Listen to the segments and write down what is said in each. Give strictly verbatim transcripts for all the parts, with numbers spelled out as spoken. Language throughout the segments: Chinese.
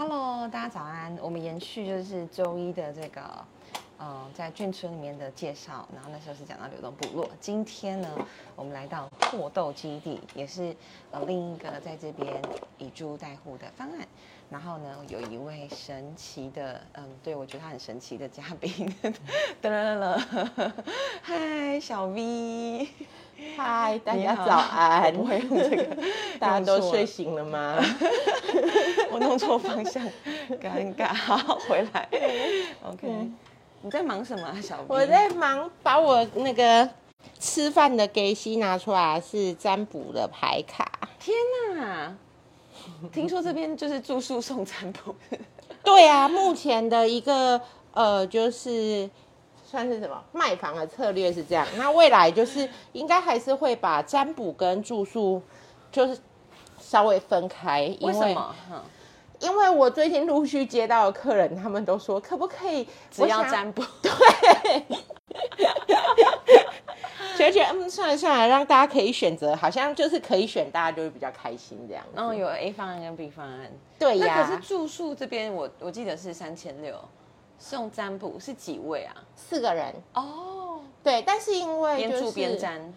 Hello， 大家早安。我们延续就是周一的这个，呃，在眷村里面的介绍，然后那时候是讲到流动部落。今天呢，我们来到拓豆基地，也是呃另一个在这边以猪代护的方案。然后呢，有一位神奇的，嗯，对我觉得他很神奇的嘉宾，噔噔噔，嗨，小 V。 嗨，大家早安！ 我不会用这个， 大家都睡醒了吗？ 我弄错方向，尴尬。好，回来。OK，、嗯、你在忙什么啊，小 V？ 我在忙把我那个吃饭的给息拿出来，是占卜的牌卡。 天哪！听说这边就是住宿送占卜。 对啊，目前的一个呃，就是算是什么卖房的策略是这样。那未来就是应该还是会把占卜跟住宿就是稍微分开，因为为什么？嗯因为我最近陆续接到的客人，他们都说可不可以只要占卜？ 对，就觉得嗯，算了算了，让大家可以选择，好像就是可以选，大家就会比较开心这样子。 然后有 A 方案跟 B 方案。 对呀。 那可是住宿这边我我记得是三千六，送占卜是几位啊？ 四个人。 哦。 对，但是因为、就是、 边住边占。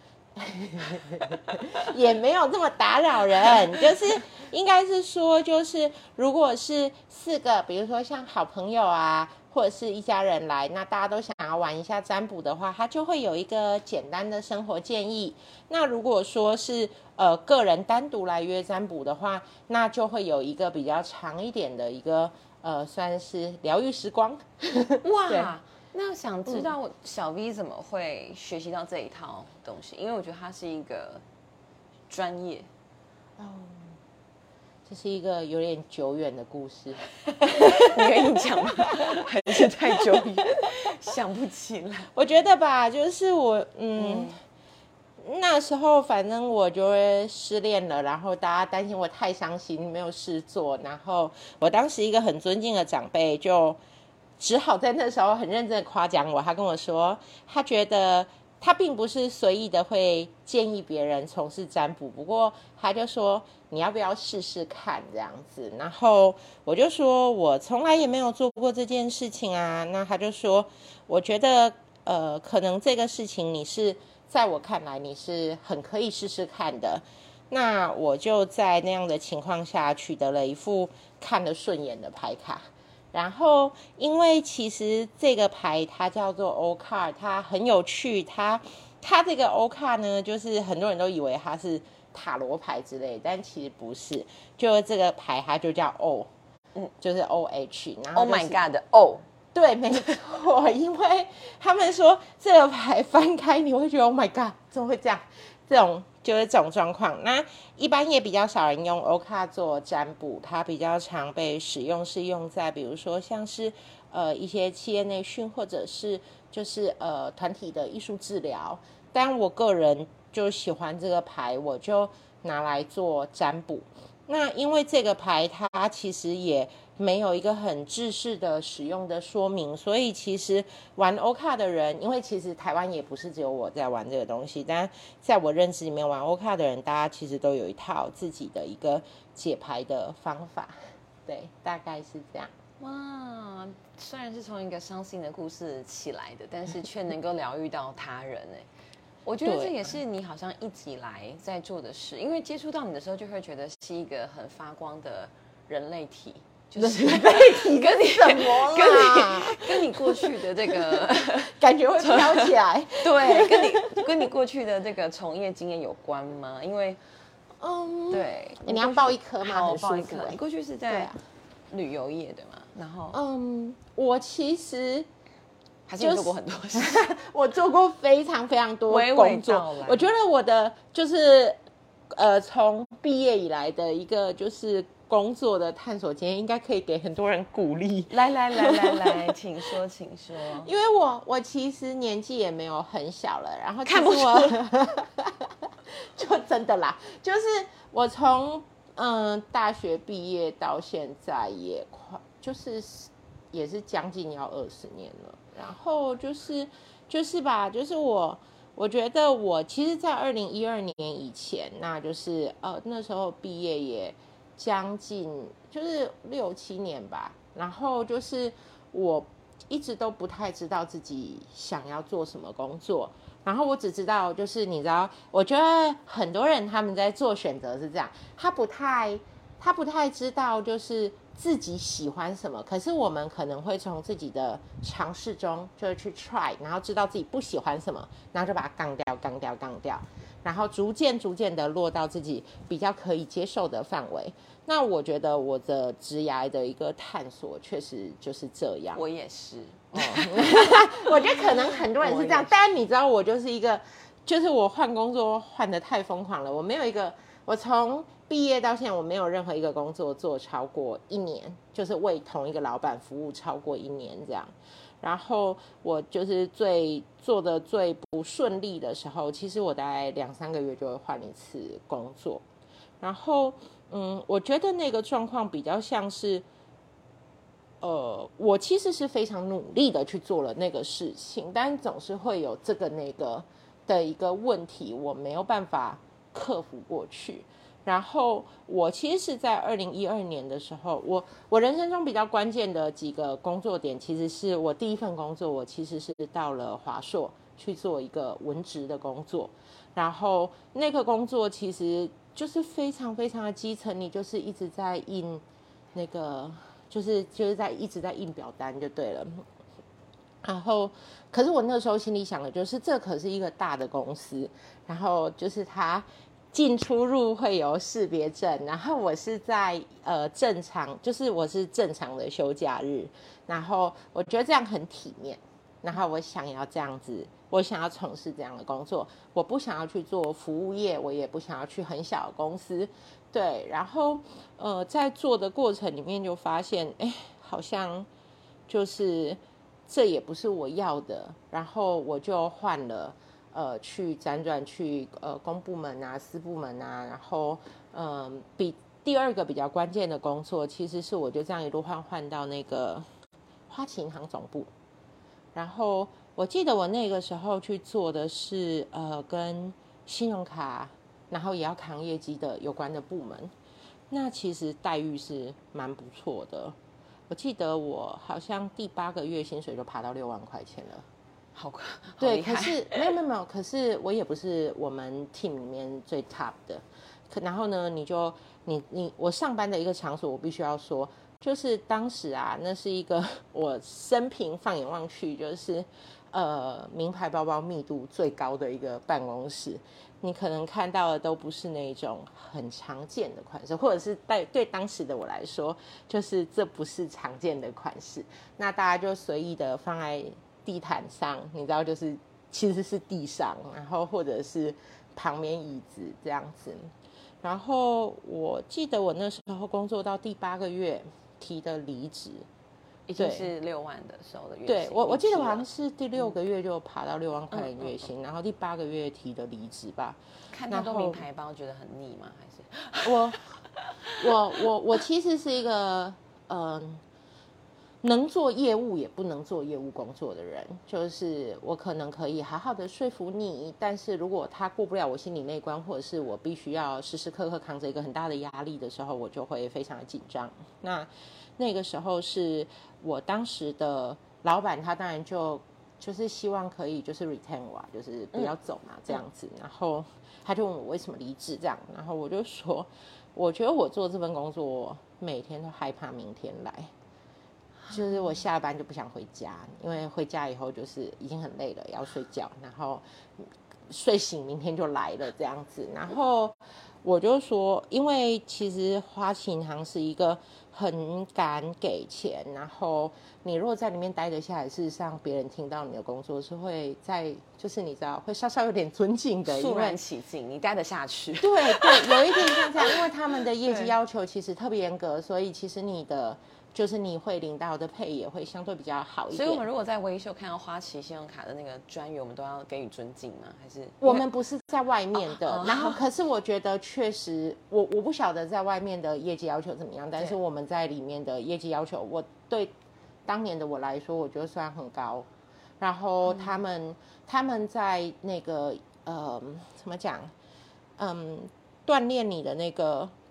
也没有这么打扰人，就是应该是说，就是如果是四个，比如说像好朋友啊，或者是一家人来，那大家都想要玩一下占卜的话，他就会有一个简单的生活建议。那如果说是呃个人单独来约占卜的话，那就会有一个比较长一点的一个呃算是疗愈时光。 哇！那想知道小 V 怎么会学习到这一套东西？因为我觉得他是一个专业。 哦，这是一个有点久远的故事。 你愿意讲吗？还是太久远，想不起来。 我觉得吧，就是我，嗯，嗯那时候反正我就会失恋了，然后大家担心我太伤心，没有事做，然后我当时一个很尊敬的长辈就。只好在那时候很认真的夸奖我，他跟我说，他觉得他并不是随意的会建议别人从事占卜，不过他就说你要不要试试看这样子，然后我就说我从来也没有做过这件事情啊，那他就说我觉得呃可能这个事情你是在我看来你是很可以试试看的，那我就在那样的情况下取得了一副看得顺眼的牌卡。然后，因为其实这个牌它叫做欧卡，它很有趣。它它这个欧卡呢，就是很多人都以为它是塔罗牌之类，但其实不是。就这个牌它就叫 O， 嗯，就是 O H。然后、就是、 Oh my God 的 O， 对，没错，因为他们说这个牌翻开你会觉得 Oh my God， 怎么会这样？这种就是这种状况，那一般也比较少人用欧卡做占卜，它比较常被使用是用在比如说像是呃一些企业内训，或者是就是呃团体的艺术治疗。但我个人就喜欢这个牌，我就拿来做占卜。那因为这个牌它其实也没有一个很制式的使用的说明，所以其实玩欧卡的人，因为其实台湾也不是只有我在玩这个东西，但在我认知里面玩欧卡的人，大家其实都有一套自己的一个解牌的方法，对，大概是这样。 哇，虽然是从一个伤心的故事起来的，但是却能够疗愈到他人哎。我觉得这也是你好像一直以来在做的事，因为接触到你的时候，就会觉得是一个很发光的人类体，就是人类体跟你什么跟你跟你过去的这个感觉会飘起来， 对，跟你跟你过去的这个从业经验有关吗？因为， 嗯， 对， 你要抱一颗吗？ 好， 很舒服、欸。 抱一颗。你过去是在旅游业对吗？然后， 嗯，我其实。 还是你做过很多事， 就是、我做过非常非常多工作。我觉得我的就是呃，从毕业以来的一个就是工作的探索经验，应该可以给很多人鼓励。 来来来来来，请说，请说。 因为我我其实年纪也没有很小了，然后看不出来， 就真的啦，就是我从嗯大学毕业到现在也快，就是也是将近要二十年了。然后就是就是吧，就是我我觉得我其实，在二零一二年以前，那就是呃那时候毕业也将近就是六七年吧，然后就是我一直都不太知道自己想要做什么工作，然后我只知道就是你知道，我觉得很多人他们在做选择是这样，他不太他不太知道就是自己喜欢什么，可是我们可能会从自己的尝试中就是去 try， 然后知道自己不喜欢什么，然后就把它杠掉杠掉杠掉，然后逐渐逐渐的落到自己比较可以接受的范围。那我觉得我的职涯的一个探索确实就是这样。 我也是， 哦、我觉得可能很多人是这样，但你知道我就是一个，就是我换工作换得太疯狂了，我没有一个，我从毕业到现在我没有任何一个工作做超过一年，就是为同一个老板服务超过一年这样。然后我就是最做的最不顺利的时候，其实我大概两三个月就会换一次工作。然后嗯，我觉得那个状况比较像是，呃，我其实是非常努力的去做了那个事情，但总是会有这个那个的一个问题，我没有办法克服过去。然后我其实是在二零一二年的时候，我我人生中比较关键的几个工作点，其实是我第一份工作，我其实是到了华硕去做一个文职的工作，然后那个工作其实就是非常非常的基层，你就是一直在印那个，就是就是在一直在印表单就对了。然后，可是我那时候心里想的就是，这可是一个大的公司，然后就是它进出入会有识别证，然后我是在呃正常，就是我是正常的休假日，然后我觉得这样很体面，然后我想要这样子，我想要从事这样的工作，我不想要去做服务业，我也不想要去很小的公司，对，然后呃在做的过程里面就发现，哎，好像就是这也不是我要的，然后我就换了。呃，去辗转去呃公部门啊、私部门啊，然后嗯、呃，比第二个比较关键的工作，其实是我就这样一路换换到那个花旗银行总部。然后我记得我那个时候去做的是呃跟信用卡，然后也要扛业绩的有关的部门。那其实待遇是蛮不错的，我记得我好像第八个月薪水就爬到六万块钱了。 好，好对， 厉害可是没有没有没有，可是我也不是我们 team 里面最 top 的。可然后呢，你就你你我上班的一个场所，我必须要说，就是当时啊，那是一个我生平放眼望去，就是呃名牌包包密度最高的一个办公室。你可能看到的都不是那种很常见的款式，或者是对对当时的我来说，就是这不是常见的款式。那大家就随意的放在地毯上，你知道，就是其实是地上，然后或者是旁边椅子这样子。然后我记得我那时候工作到第八个月提的离职， 已经是六万的时候的月薪。 对我我记得我好像是第六个月就爬到六万块钱月薪，嗯嗯嗯、然后第八个月提的离职吧。 看太多名牌包觉得很腻吗？还是我我我我其实是一个嗯。呃能做业务也不能做业务工作的人，就是我可能可以好好的说服你，但是如果他过不了我心里那关，或者是我必须要时时刻刻扛着一个很大的压力的时候，我就会非常的紧张。那那个时候是我当时的老板，他当然就就是希望可以就是 retain 我，就是不要走嘛、嗯、这样子。然后他就问我为什么离职这样，然后我就说，我觉得我做这份工作每天都害怕明天来。就是我下班就不想回家，因为回家以后就是已经很累了，要睡觉，然后睡醒明天就来了这样子。然后我就说，因为其实花旗银行是一个很敢给钱，然后你如果在里面待得下来，事实上别人听到你的工作是会在，就是你知道会稍稍有点尊敬的， 肃然起敬，你待得下去。 对对，有一点像这样，因为他们的业绩要求其实特别严格，所以其实你的。就是你会领到的配也会相对比较好一点。 所以我们如果在微秀看到花旗信用卡的那个专员，我们都要给予尊敬吗？还是我们不是在外面的？ 哦、 然后，可是我觉得确实，我我不晓得在外面的业绩要求怎么样，但是我们在里面的业绩要求，我对当年的我来说，我觉得算很高。然后他们、嗯、他们在那个呃怎么讲，嗯，锻炼你的那个。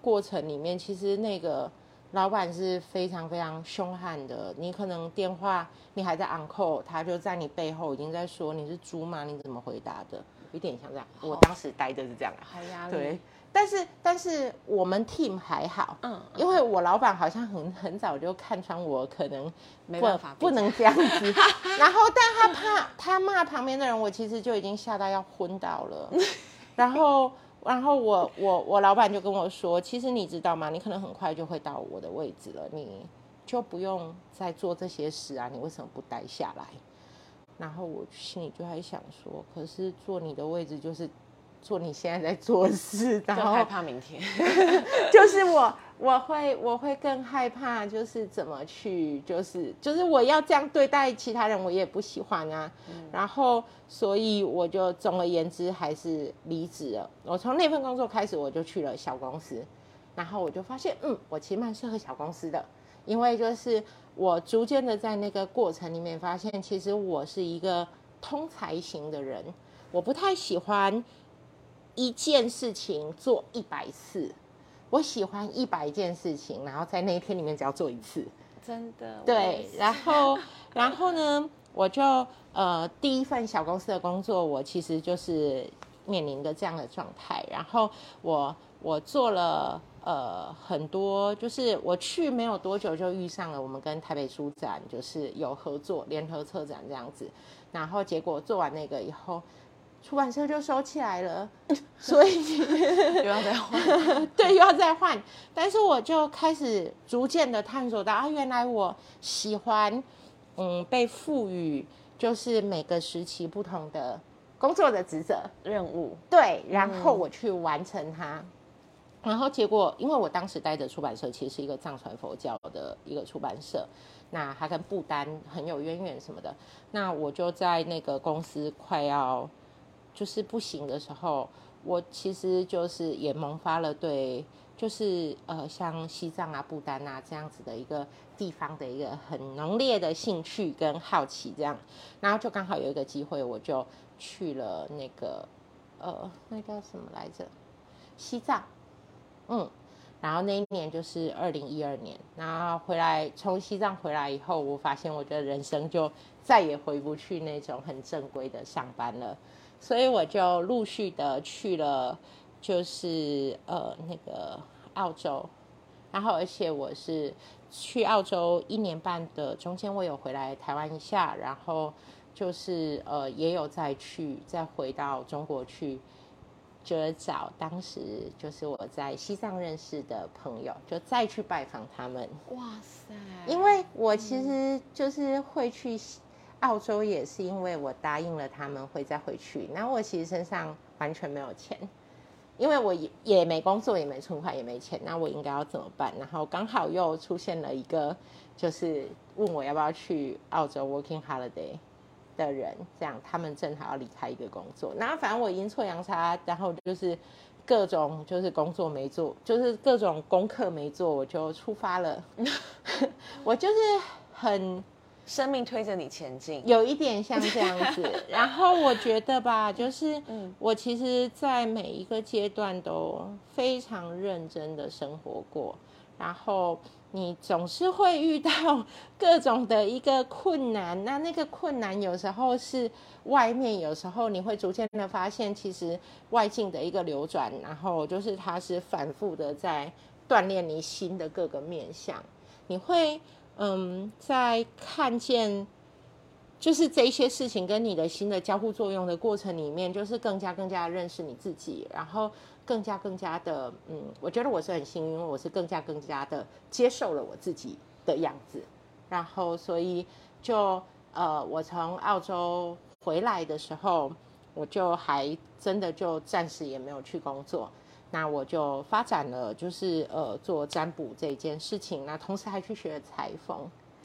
过程里面，其实那个老板是非常非常凶悍的。你可能电话你还在 on call， 他就在你背后已经在说你是猪吗？你怎么回答的？有点像这样。我当时待的是这样， 好压力。 对。但是但是我们 team 还好，嗯，因为我老板好像很很早就看穿我可能没办法不能这样子，然后但他怕他骂旁边的人，我其实就已经吓到要昏倒了，然后然后我我我老板就跟我说，其实你知道吗？你可能很快就会到我的位置了，你就不用再做这些事啊，你为什么不待下来？然后我心里就在想说，可是坐你的位置就是做你现在在做的事，然后害怕明天， 就是我我会我会更害怕，就是怎么去，就是就是我要这样对待其他人，我也不喜欢啊。嗯、然后所以我就总而言之还是离职了。我从那份工作开始，我就去了小公司，然后我就发现，嗯，我其实蛮适合小公司的，因为就是我逐渐的在那个过程里面发现，其实我是一个通才型的人，我不太喜欢一件事情做一百次，我喜欢一百件事情，然后在那一天里面只要做一次。 真的。 对，然后然后呢，我就呃第一份小公司的工作，我其实就是面临的这样的状态。然后我我做了呃很多，就是我去没有多久就遇上了我们跟台北书展就是有合作联合策展这样子，然后结果做完那个以后，出版社就收起来了，所以又要再换， 对，又要再换。但是我就开始逐渐的探索到啊，原来我喜欢，嗯，被赋予就是每个时期不同的工作的职责任务， 对，然后我去完成它。嗯、然后结果，因为我当时待的出版社其实是一个藏传佛教的一个出版社，那它跟不丹很有渊源什么的，那我就在那个公司快要就是不行的时候，我其实就是也萌发了对，就是呃像西藏啊、不丹啊这样子的一个地方的一个很浓烈的兴趣跟好奇，这样，然后就刚好有一个机会，我就去了那个呃那叫什么来着，西藏，嗯。然后那一年就是二零一二年，然后回来从西藏回来以后，我发现我的人生就再也回不去那种很正规的上班了。所以我就陆续的去了，就是呃那个澳洲，然后而且我是去澳洲一年半的，中间我有回来台湾一下，然后就是呃也有再去再回到中国去，就是找当时就是我在西藏认识的朋友，就再去拜访他们。 哇塞！ 因为我其实就是会去澳洲也是因为我答应了他们会再回去，然后我其实身上完全没有钱，因为我 也, 也没工作也没存款也没钱，那我应该要怎么办？然后刚好又出现了一个就是问我要不要去澳洲 working holiday 的人，这样他们正好要离开一个工作，然后反正我阴错阳差，然后就是各种就是工作没做，就是各种功课没做，我就出发了我就是很生命推着你前进， 有一点像这样子。然后我觉得吧，就是我其实在每一个阶段都非常认真的生活过，然后你总是会遇到各种的一个困难，那那个困难有时候是外面，有时候你会逐渐的发现其实外境的一个流转，然后就是它是反复的在锻炼你心的各个面向，你会嗯，在看见就是这些事情跟你的心的交互作用的过程里面，就是更加更加认识你自己，然后更加更加的嗯，我觉得我是很幸运，因为我是更加更加的接受了我自己的样子，然后所以就呃，我从澳洲回来的时候，我就还真的就暂时也没有去工作。那我就发展了，就是呃做占卜这件事情，那同时还去学了裁缝，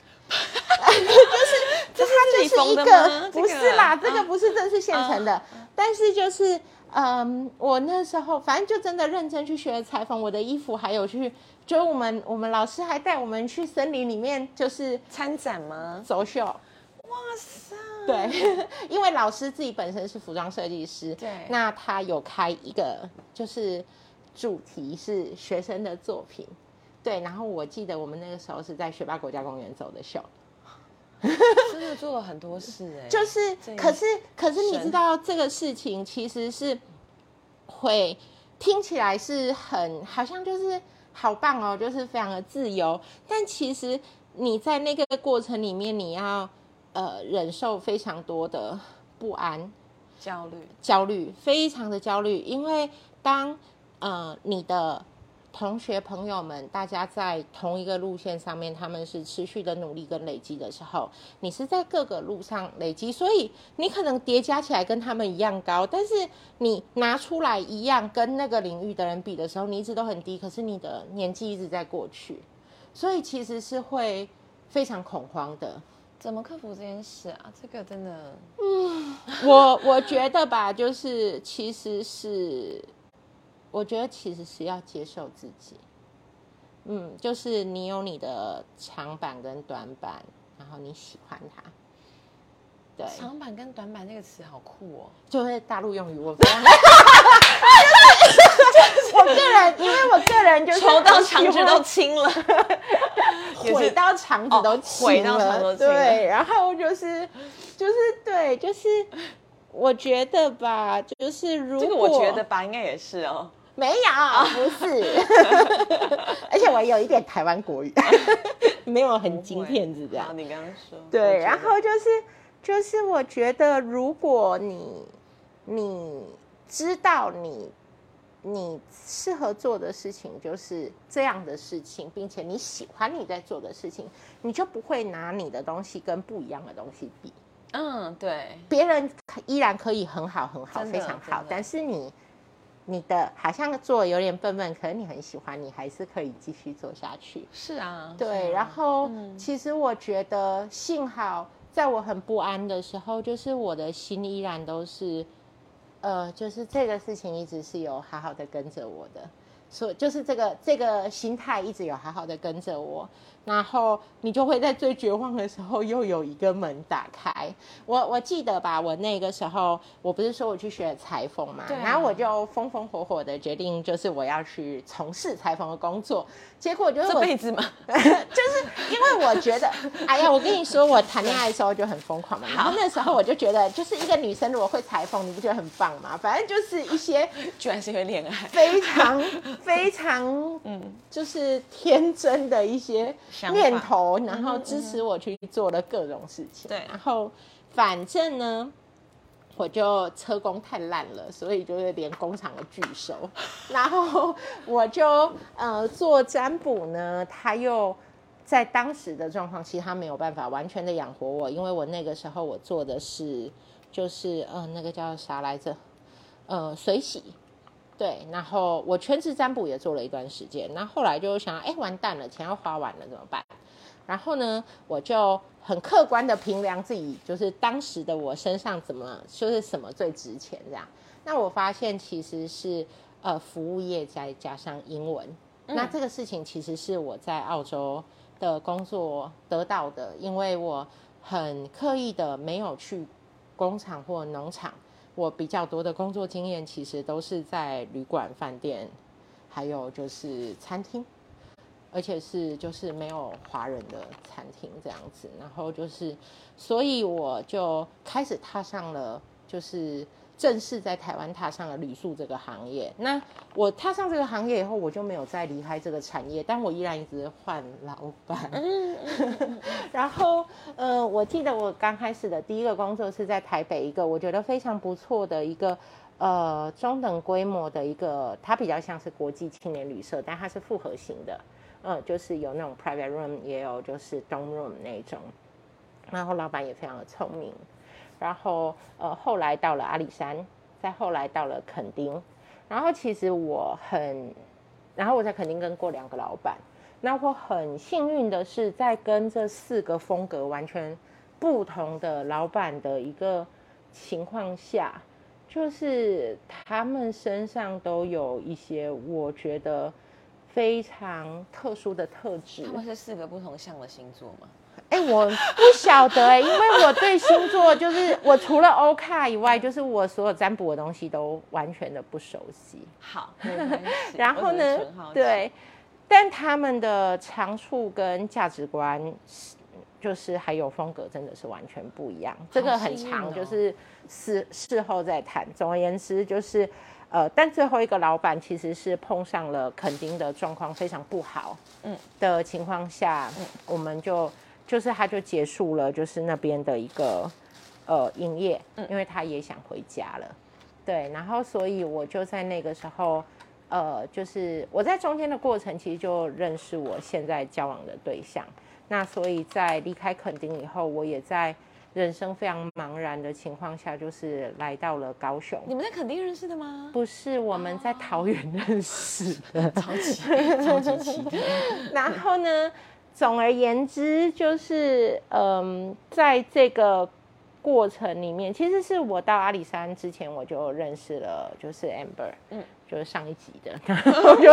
就是这它就是一个不是啦，这个不是正式现成的，但是就是嗯，我那时候反正就真的认真去学裁缝，我的衣服还有去，就我们我们老师还带我们去森林里面，就是参展吗？ 走秀。 哇塞！ 对，因为老师自己本身是服装设计师， 对， 那他有开一个就是主题是学生的作品，对，然后我记得我们那个时候是在学霸国家公园走的秀。 真的做了很多事哎、欸， 就是，可是可是你知道这个事情其实是会听起来是很好像就是好棒哦，就是非常的自由，但其实你在那个过程里面，你要呃忍受非常多的不安、 焦虑、 焦虑，非常的焦虑，因为当呃你的同学朋友们，大家在同一个路线上面，他们是持续的努力跟累积的时候，你是在各个路上累积，所以你可能叠加起来跟他们一样高，但是你拿出来一样跟那个领域的人比的时候，你一直都很低，可是你的年纪一直在过去，所以其实是会非常恐慌的。 怎么克服这件事啊？这个真的， 嗯，我我觉得吧，就是其实是。我觉得其实是要接受自己，嗯，就是你有你的长板跟短板，然后你喜欢它。对， 长板跟短板这个词好酷哦， 就是大陆用语，我非常。我个人，因为我个人就是抽到肠子都青了， 毁到肠子都青了， 毁到肠都青了。 对，然后就是就是对，就是我觉得吧，就是如果这个我觉得吧，应该也是哦。 没有，不是，而且我有一点台湾国语，没有很金片子这样。 你刚刚说对，然后就是就是我觉得，如果你你知道你你适合做的事情就是这样的事情，并且你喜欢你在做的事情，你就不会拿你的东西跟不一样的东西比。 嗯，对， 别人依然可以很好很好，非常好，但是你。你的好像做有点笨笨，可是你很喜欢，你还是可以继续做下去。 是啊， 对。 啊、 然后、嗯、其实我觉得，幸好在我很不安的时候，就是我的心依然都是，呃，就是这个事情一直是有好好的跟着我的，所以就是这个这个心态一直有好好的跟着我。然后你就会在最绝望的时候又有一个门打开。我我记得吧，我那个时候我不是说我去学裁缝嘛、啊，然后我就风风火火的决定，就是我要去从事裁缝的工作。结果就是这辈子嘛， 就是因为我觉得，哎呀，我跟你说，我谈恋爱的时候就很疯狂嘛。然后那时候我就觉得，就是一个女生如果会裁缝，你不觉得很棒吗？反正就是一些， 居然是会恋爱， 非常非常，嗯，就是天真的一些念头，然后支持我去做了各种事情。 对， 然后反正呢。我就车工太烂了，所以就是连工厂都拒收。然后我就呃做占卜呢，他又在当时的状况，其实他没有办法完全的养活我，因为我那个时候我做的是就是呃那个叫啥来着，呃水洗。对，然后我全职占卜也做了一段时间，那后来就想，哎，完蛋了，钱要花完了怎么办？然后呢，我就很客观的评量自己，就是当时的我身上怎么就是什么最值钱这样。那我发现其实是呃服务业再加上英文、嗯，那这个事情其实是我在澳洲的工作得到的，因为我很刻意的没有去工厂或农场，我比较多的工作经验其实都是在旅馆、饭店，还有就是餐厅。而且是就是没有华人的餐厅这样子，然后就是所以我就开始踏上了就是正式在台湾踏上了旅宿这个行业。那我踏上这个行业以后，我就没有再离开这个产业，但我依然一直换老板。然后呃，我记得我刚开始的第一个工作是在台北一个我觉得非常不错的一个呃中等规模的一个，它比较像是国际青年旅社，但它是复合型的。嗯，就是有那种 private room， 也有就是 dorm room 那种，然后老板也非常的聪明，然后呃后来到了阿里山，再后来到了垦丁，然后其实我很，然后我在垦丁跟过两个老板，那我很幸运的是在跟这四个风格完全不同的老板的一个情况下，就是他们身上都有一些我觉得非常特殊的特质。 他们是四个不同项的星座吗？ 哎、欸，我不晓得哎、欸，因为我对星座就是我除了欧卡以外，就是我所有占卜的东西都完全的不熟悉。 好，没关系。 然后呢，对，但他们的长处跟价值观，就是还有风格真的是完全不一样。这个很长，就是事事后再谈。总而言之，就是呃，但最后一个老板其实是碰上了垦丁的状况非常不好，嗯的情况下，嗯、我们就就是他就结束了，就是那边的一个呃营业，因为他也想回家了。对，然后所以我就在那个时候。呃，就是我在中间的过程，其实就认识我现在交往的对象。那所以在离开垦丁以后，我也在人生非常茫然的情况下，就是来到了高雄。 你们在垦丁认识的吗？ 不是，我们在桃园认识的， 超级超级奇的。 然后呢，总而言之，就是嗯，在这个过程里面，其实是我到阿里山之前，我就认识了，就是 Amber， 嗯。就是上一集的，然后就是，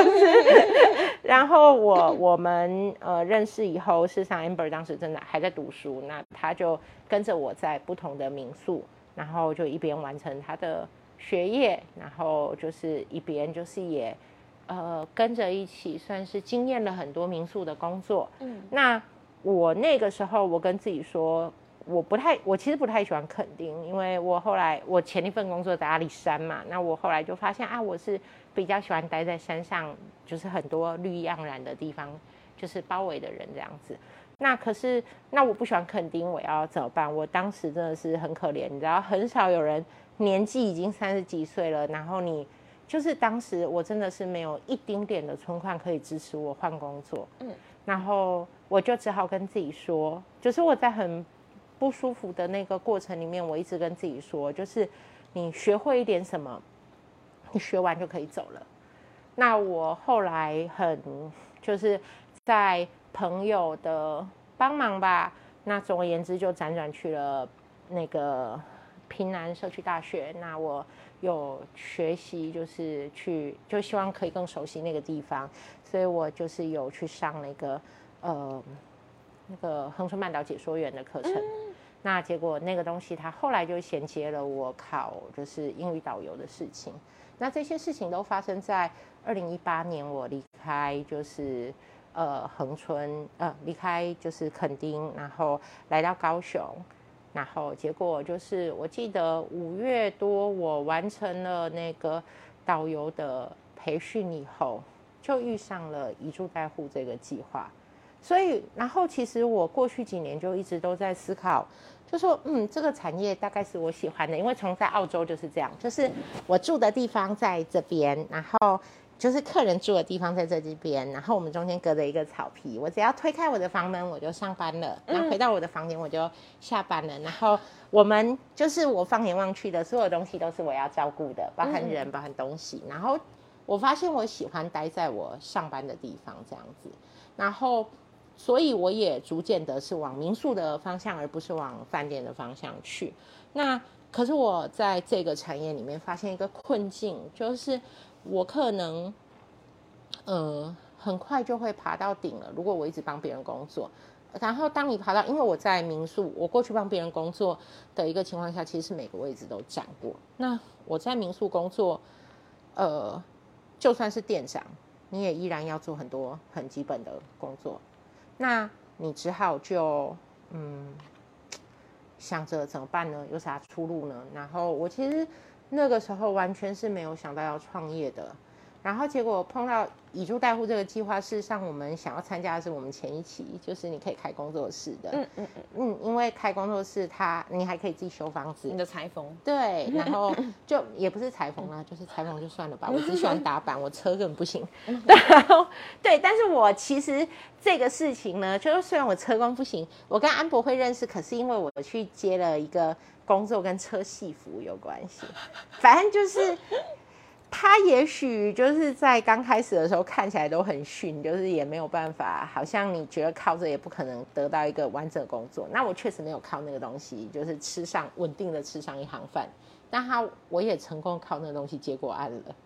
然后我我们呃认识以后，事实上 Amber 当时真的还在读书，那他就跟着我在不同的民宿，然后就一边完成他的学业，然后就是一边就是也呃跟着一起算是经验了很多民宿的工作。嗯，那我那个时候我跟自己说。我不太，我其实不太喜欢垦丁，因为我后来我前一份工作在阿里山嘛，那我后来就发现啊，我是比较喜欢待在山上，就是很多绿意盎然的地方，就是包围的人这样子。那可是，那我不喜欢垦丁，我要怎么办？我当时真的是很可怜，你知道，很少有人年纪已经三十几岁了，然后你就是当时我真的是没有一丁点的存款可以支持我换工作，嗯，然后我就只好跟自己说，就是我在很不舒服的那个过程里面，我一直跟自己说，就是你学会一点什么，你学完就可以走了。那我后来很就是在朋友的帮忙吧，那总而言之就辗转去了那个屏南社区大学。那我有学习，就是去就希望可以更熟悉那个地方，所以我就是有去上那个呃那个恒春半岛解说员的课程。嗯，那结果那个东西，它后来就衔接了我考就是英语导游的事情。那这些事情都发生在二零一八年，我离开就是呃恒春呃离开就是垦丁，然后来到高雄，然后结果就是我记得五月多，我完成了那个导游的培训以后，就遇上了移住代护这个计划。所以，然后其实我过去几年就一直都在思考，就说，嗯，这个产业大概是我喜欢的，因为从在澳洲就是这样，就是我住的地方在这边，然后就是客人住的地方在这边，然后我们中间隔着一个草皮，我只要推开我的房门我就上班了，然后回到我的房间我就下班了，然后我们就是我放眼望去的所有东西都是我要照顾的，包含人，包含东西，然后我发现我喜欢待在我上班的地方这样子，然后。所以我也逐渐的是往民宿的方向，而不是往饭店的方向去。那可是我在这个产业里面发现一个困境，就是我可能，呃，很快就会爬到顶了。如果我一直帮别人工作，然后当你爬到，因为我在民宿，我过去帮别人工作的一个情况下，其实是每个位置都占过。那我在民宿工作，呃，就算是店长，你也依然要做很多很基本的工作。那你只好就嗯想着怎么办呢？有啥出路呢？然后我其实那个时候完全是没有想到要创业的，然后结果碰到以住代护这个计划，事实上我们想要参加的是我们前一期，就是你可以开工作室的，嗯嗯嗯嗯，因为开工作室它你还可以自己修房子， 你的裁缝， 对，然后就也不是裁缝啦，就是裁缝就算了吧，我只喜欢打板，我车根本不行，然后对，但是我其实这个事情呢，就是虽然我车工不行，我跟安博会认识，可是因为我去接了一个工作跟车系服有关系，反正就是。他也许就是在刚开始的时候看起来都很逊，就是也没有办法，好像你觉得靠着也不可能得到一个完整的工作。那我确实没有靠那个东西，就是吃上稳定的吃上一行饭。但他我也成功靠那个东西接过案了，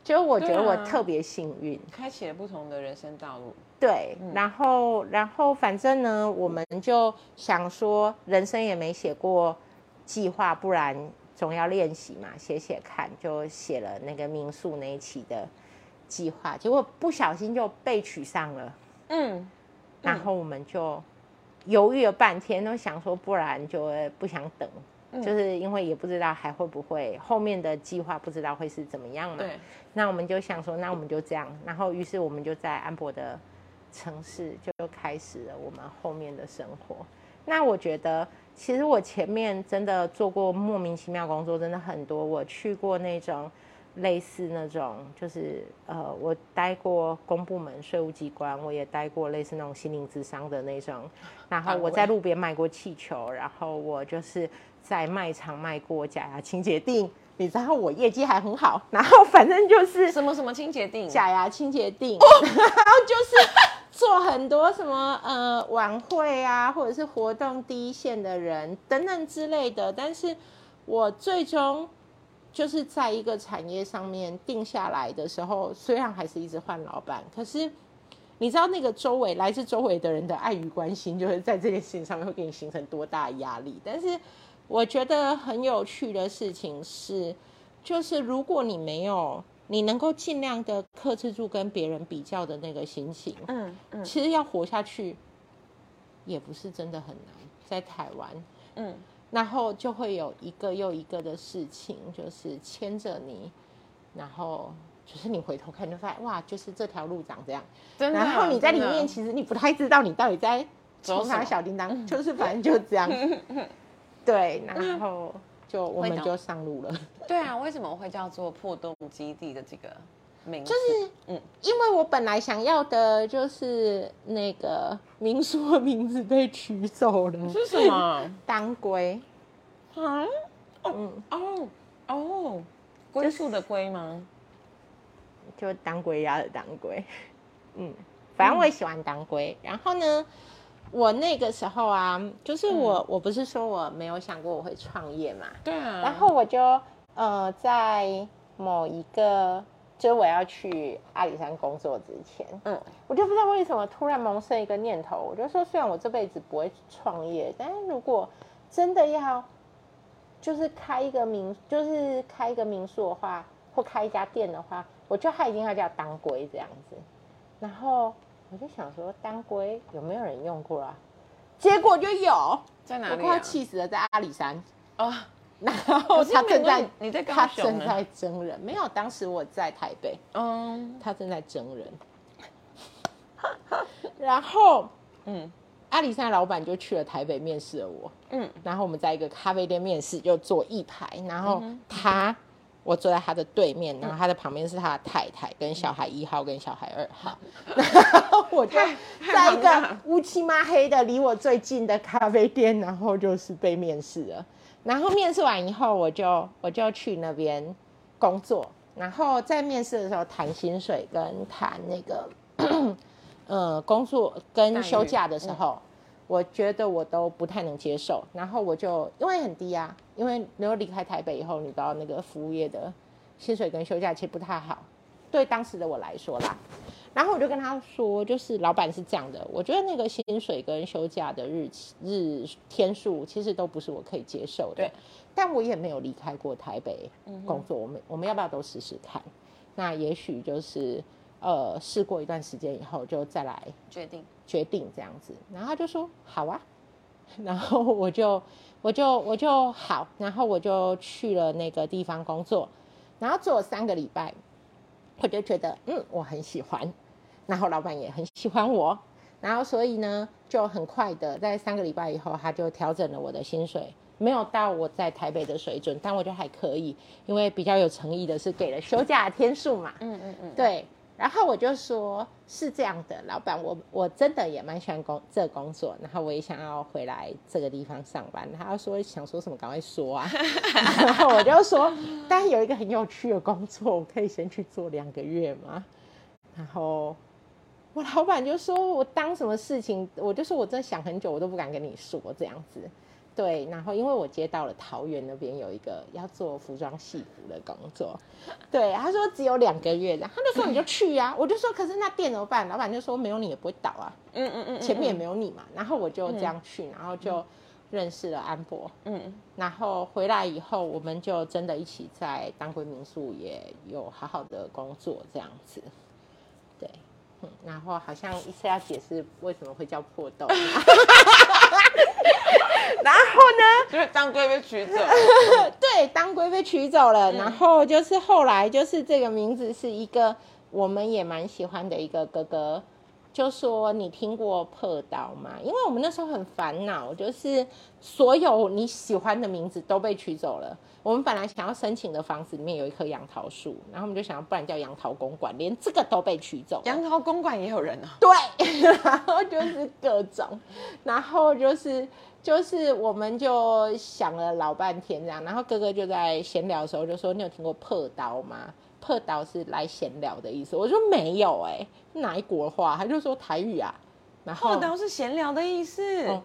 就我觉得我啊特别幸运， 开启了不同的人生道路。 对，嗯、然后然后反正呢，我们就想说，人生也没写过计划，不然总要练习嘛，写写看，就写了那个民宿那一期的计划，结果不小心就被取上了，嗯，然后我们就犹豫了半天，都想说，不然就不想等。就是因为也不知道还会不会后面的计划不知道会是怎么样嘛，对，那我们就想说，那我们就这样，然后于是我们就在安博的城市就开始了我们后面的生活。那我觉得其实我前面真的做过莫名其妙工作真的很多，我去过那种类似那种就是呃，我待过公部门税务机关，我也待过类似那种心灵咨商的那种，然后我在路边卖过气球，然后我就是在卖场卖过假牙清洁锭，你知道我业绩还很好，然后反正就是什么什么清洁锭， 假牙清洁锭，哦、然后就是做很多什么呃晚会啊，或者是活动第一线的人等等之类的，但是我最终就是在一个产业上面定下来的时候，虽然还是一直换老板，可是你知道那个周围来自周围的人的爱与关心，就是在这件事情上面会给你形成多大的压力。但是我觉得很有趣的事情是，就是如果你没有，你能够尽量的克制住跟别人比较的那个心情，嗯嗯，其实要活下去也不是真的很难，在台湾，嗯。然后就会有一个又一个的事情，就是牵着你，然后就是你回头看就发现，哇，就是这条路长这样。真的。然后你在里面，其实你不太知道你到底在冲哪小叮当，就是反正就这样。对，然后就我们就上路了。 对啊，为什么会叫做破洞基地的这个名字？ 就是嗯，因为我本来想要的就是那个民宿的名字被取走了。 是什么？ 当归。 啊？嗯哦哦，龟树的龟吗？ 就当归鸭的当归。嗯，反正我也喜欢当归。然后呢，我那个时候啊，就是我、嗯、我不是说我没有想过我会创业嘛？ 对啊。 然后我就呃在某一个。就是我要去阿里山工作之前，嗯，我就不知道为什么突然萌生一个念头，我就说，虽然我这辈子不会创业，但是如果真的要，就是开一个民，就是开一个民宿的话，或开一家店的话，我觉得它一定要叫当归这样子。然后我就想说，当归有没有人用过啊？结果就有， 在哪里、啊？ 我快要气死了，在阿里山哦。然后他正在， 你在他正在征人，没有，当时我在台北，嗯，他正在征人，然后，嗯，阿里山老板就去了台北面试了我，嗯，然后我们在一个咖啡店面试，就坐一排，然后他，嗯、我坐在他的对面，然后他的旁边是他的太太跟小孩一号跟小孩二号，然后我就在一个乌漆嘛黑的离我最近的咖啡店，然后就是被面试了。然后面试完以后，我就我就去那边工作。然后在面试的时候谈薪水跟谈那个呃工作跟休假的时候，嗯、我觉得我都不太能接受。然后我就因为很低啊，因为如果离开台北以后，你知道那个服务业的薪水跟休假其实不太好，对当时的我来说啦。然后我就跟他说，就是老板是这样的，我觉得那个薪水跟休假的日期日天数其实都不是我可以接受的。对，但我也没有离开过台北工作，嗯、我们我们要不要都试试看？那也许就是呃试过一段时间以后，就再来决定决定这样子。然后他就说好啊，然后我就我就我就好，然后我就去了那个地方工作，然后做了三个礼拜，我就觉得嗯我很喜欢。然后老板也很喜欢我，然后所以呢，就很快的在三个礼拜以后，他就调整了我的薪水，没有到我在台北的水准，但我觉得还可以，因为比较有诚意的是给了休假的天数嘛。嗯嗯嗯，对。然后我就说是这样的，老板，我我真的也蛮喜欢工这个工作，然后我也想要回来这个地方上班。他说想说什么赶快说啊，然后我就说，但有一个很有趣的工作，我可以先去做两个月吗？然后。我老板就说我当什么事情，我就说我真的想很久，我都不敢跟你说这样子。 对，然后因为我接到了桃园那边有一个要做服装戏服的工作，对，他说只有两个月的，他就说你就去啊，我就说可是那店怎么办？老板就说没有你也不会倒啊，嗯嗯嗯，前面也没有你嘛，然后我就这样去，然后就认识了安博，嗯，然后回来以后我们就真的一起在当归民宿也有好好的工作这样子，对。嗯、然后好像一次要解释为什么会叫破豆，然后呢， 就是当归被取走， 对，当归被取走了、嗯，然后就是后来就是这个名字是一个我们也蛮喜欢的一个哥哥，就说你听过破刀吗？因为我们那时候很烦恼，就是所有你喜欢的名字都被取走了。我们本来想要申请的房子里面有一棵杨桃树，然后我们就想要不然叫杨桃公馆，连这个都被取走了。 杨桃公馆也有人啊？ 对，然后就是各种，然后就是就是我们就想了老半天这样，然后哥哥就在闲聊的时候就说：“你有听过破刀吗？”破刀是来闲聊的意思。我说没有哎、欸，哪一国话？他就说台语啊。然后破刀是闲聊的意思。哦，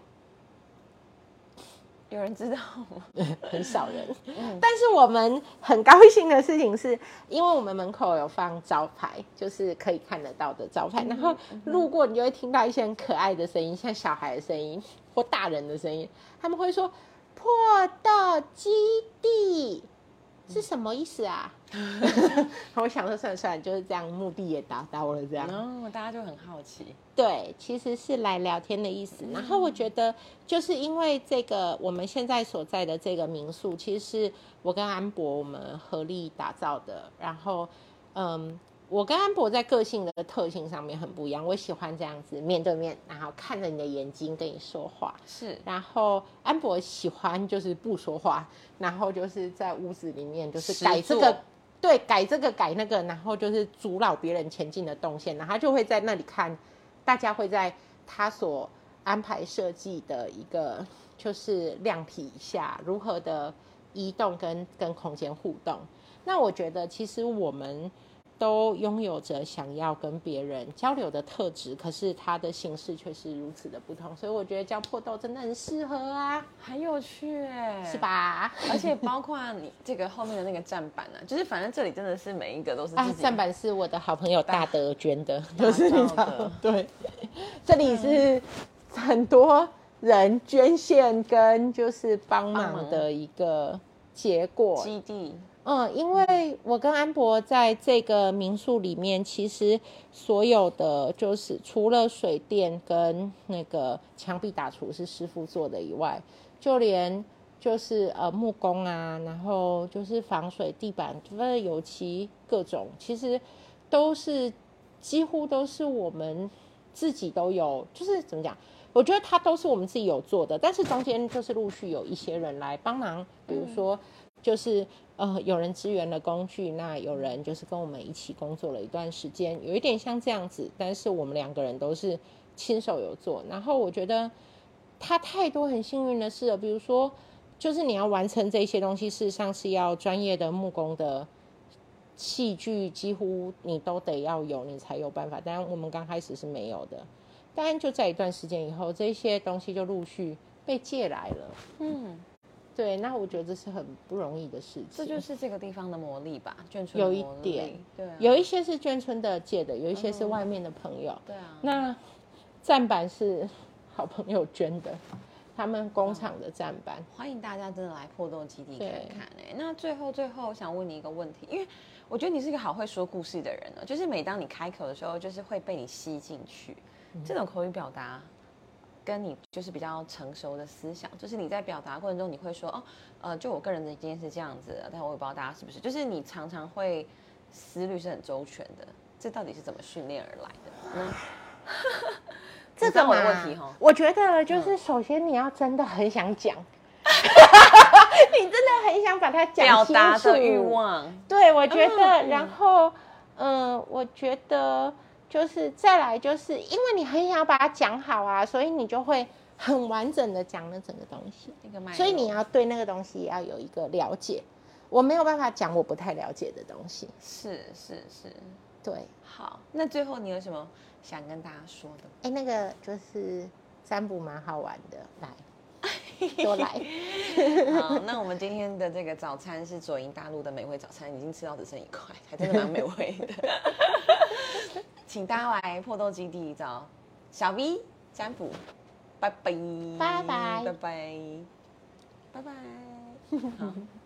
有人知道吗？ 很少人、嗯。但是我们很高兴的事情是，因为我们门口有放招牌，就是可以看得到的招牌，嗯、然后路过你就会听到一些很可爱的声音，像小孩的声音或大人的声音，他们会说“破豆基地”。是什么意思啊？我想说算了算了，就是这样，目的也达到了，这样。 哦，大家就很好奇。 对，其实是来聊天的意思。然后我觉得，就是因为这个我们现在所在的这个民宿，其实是我跟安博我们合力打造的。然后，嗯。我跟安博在个性的特性上面很不一样，我喜欢这样子面对面，然后看着你的眼睛跟你说话。 是， 然后安博喜欢就是不说话，然后就是在屋子里面就是改这个，对，改这个改那个，然后就是阻扰别人前进的动线，然后他就会在那里看，大家会在他所安排设计的一个就是亮体下如何的移动跟跟空间互动。那我觉得其实我们都拥有着想要跟别人交流的特质，可是它的形式却是如此的不同，所以我觉得叫破豆真的很适合啊， 很有趣哎， 是吧？ 而且包括你这个后面的那个站板啊，就是反正这里真的是每一个都是自己、啊、 站板是我的好朋友大德捐的，就是你知道对，这里是很多人捐献跟就是帮忙的一个结果基地。 嗯，因为我跟安博在这个民宿里面，其实所有的就是除了水电跟那个墙壁打除是师傅做的以外，就连就是呃木工啊，然后就是防水地板、就是油漆各种，其实都是几乎都是我们自己都有，就是怎么讲？我觉得它都是我们自己有做的，但是中间就是陆续有一些人来帮忙，比如说就是呃有人支援了工具，那有人就是跟我们一起工作了一段时间，有一点像这样子，但是我们两个人都是亲手有做。然后我觉得他太多很幸运的事了，比如说就是你要完成这些东西，事实上是要专业的木工的器具，几乎你都得要有，你才有办法。当然我们刚开始是没有的。当然就在一段时间以后，这些东西就陆续被借来了。嗯，对，那我觉得这是很不容易的事情。 这就是这个地方的魔力吧，眷村有一点，对、啊，有一些是眷村的借的，有一些是外面的朋友。嗯、对啊，那站板是好朋友捐的，他们工厂的站板。 欢迎大家真的来破豆基地看看哎、欸。那最后最后，我想问你一个问题，因为我觉得你是一个好会说故事的人呢，就是每当你开口的时候，就是会被你吸进去。这种口语表达跟你就是比较成熟的思想，就是你在表达过程中你会说哦，呃，就我个人的经验是这样子的，但我也不知道大家是不是，就是你常常会思虑是很周全的，这到底是怎么训练而来的呢？ 这个我的问题哈， 我觉得就是首先你要真的很想讲。你真的很想把它讲清楚， 表达的欲望。 对，我觉得，嗯、然后，嗯、呃，我觉得。就是再来，就是因为你很想要把它讲好啊，所以你就会很完整的讲了整个东西。那个所以你要对那个东西要有一个了解。我没有办法讲我不太了解的东西。 是是是， 对。 好，那最后你有什么想跟大家说的？ 哎，那个就是占卜蛮好玩的，来。 多来。 好，那我们今天的这个早餐是左营大陆的美味早餐，已经吃到只剩一块，还真的蛮美味的。请大家来破豆基地找小 V 占卜，拜拜， 拜拜拜拜，拜拜，好。